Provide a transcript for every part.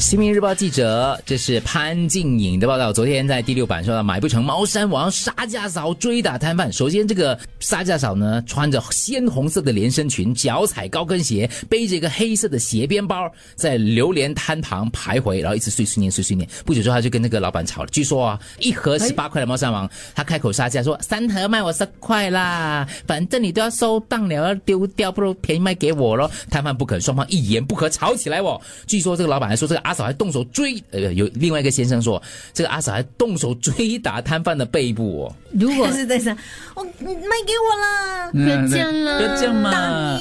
新民日报记者，这是潘静颖的报道。昨天在第6版说到，买不成猫山王杀价嫂追打摊贩。首先，这个杀价嫂呢，穿着鲜红色的连身裙，脚踩高跟鞋，背着一个黑色的斜边包，在榴莲摊旁徘徊，然后一直碎碎念。不久之后，他就跟那个老板吵了。据说啊，一盒18块的猫山王，他开口杀价说3盒卖我10块啦，反正你都要收档了，要丢掉，不如便宜卖给我咯。摊贩不肯，双方一言不合吵起来哦。据说这个老板还说，这个阿嫂还动手有另外一个先生说，这个阿嫂还动手追打摊贩的背部哦。 如果是在想，卖给我啦， 不要这样啦， 不要这样嘛，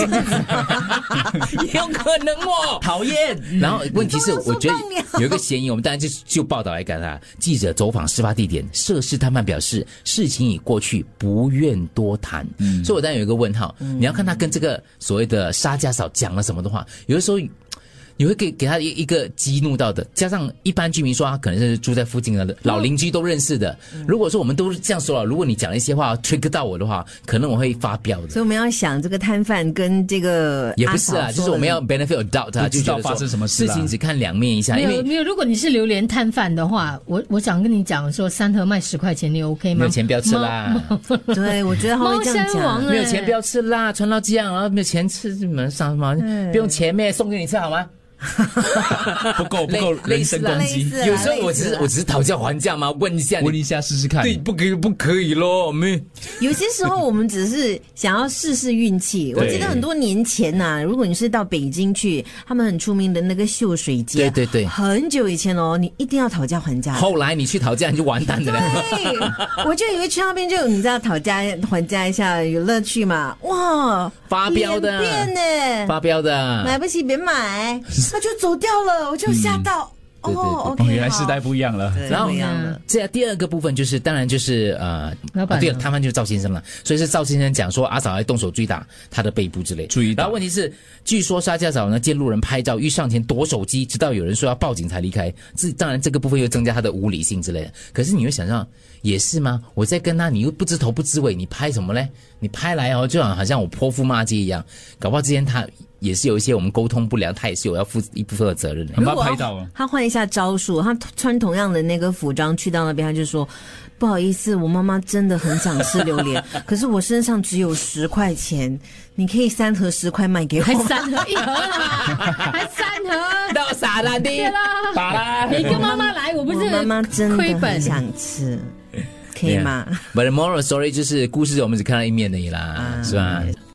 有可能哦，讨厌。然后问题是，我觉得有一个嫌疑，我们当然就报道来看他。记者走访事发地点，涉事摊贩表示事情已过去，不愿多谈。所以我当然有一个问号，你要看他跟这个所谓的杀价嫂讲了什么的话，有的时候你会给他一个激怒到的，加上一般居民说他可能是住在附近的老邻居都认识的。如果说我们都是这样说了，如果你讲了一些话 trigger 到我的话，可能我会发飙的。 所以我们要想这个摊贩跟这个也不是啊，就是我们要 benefit of doubt 啊， 就知道发生什么事情只看两面一下。 没有，如果你是榴莲摊贩的话，我想跟你讲说3盒卖10块钱，你 OK 吗？ 没有钱不要吃啦。 对，我觉得他会这样讲。 没有钱不要吃啦，传到这样，然后没有钱吃，你们上什么？不用钱咩，送给你吃好吗？ 不够人身攻击。 有时候我只是讨价还价嘛，问一下试试看。 对，不可以咯，没。 有些时候我们只是想要试试运气。我记得很多年前呐，如果你是到北京去，他们很出名的那个秀水街， 对， 很久以前哦，你一定要讨价还价。 后来你去讨价你就完蛋的了。 对，我就以为去那边就你知道讨价还价一下有乐趣嘛，哇， 发飙的，发飙的， 买不起别买。他就走掉了，我就吓到。OK， 原来时代不一样了。 然后这第二个部分就是，当然就是对了，摊贩就是赵先生了，所以是赵先生讲说阿嫂还动手追打他的背部之类。然后问题是，据说杀价嫂呢见路人拍照，欲上前夺手机，直到有人说要报警才离开。当然这个部分又增加他的无理性之类的。可是你会想象，也是吗？我在跟他，你又不知头不知尾，你拍什么嘞？你拍来就好像我泼妇骂街一样，搞不好之前他也是有一些我们沟通不良，他也是有要负一部分的责任的。 很怕拍到啊。 他换一下招数，他穿同样的那个服装去到那边，他就说不好意思，我妈妈真的很想吃榴莲，可是我身上只有10块钱，你可以3盒10块卖给我。 还3盒1盒啦，还3盒， 到傻了的， 对啦，你跟妈妈来，我不是我妈妈真的很想吃。可以吗？ But the moral story 就是故事我们只看到一面而已啦，是吧？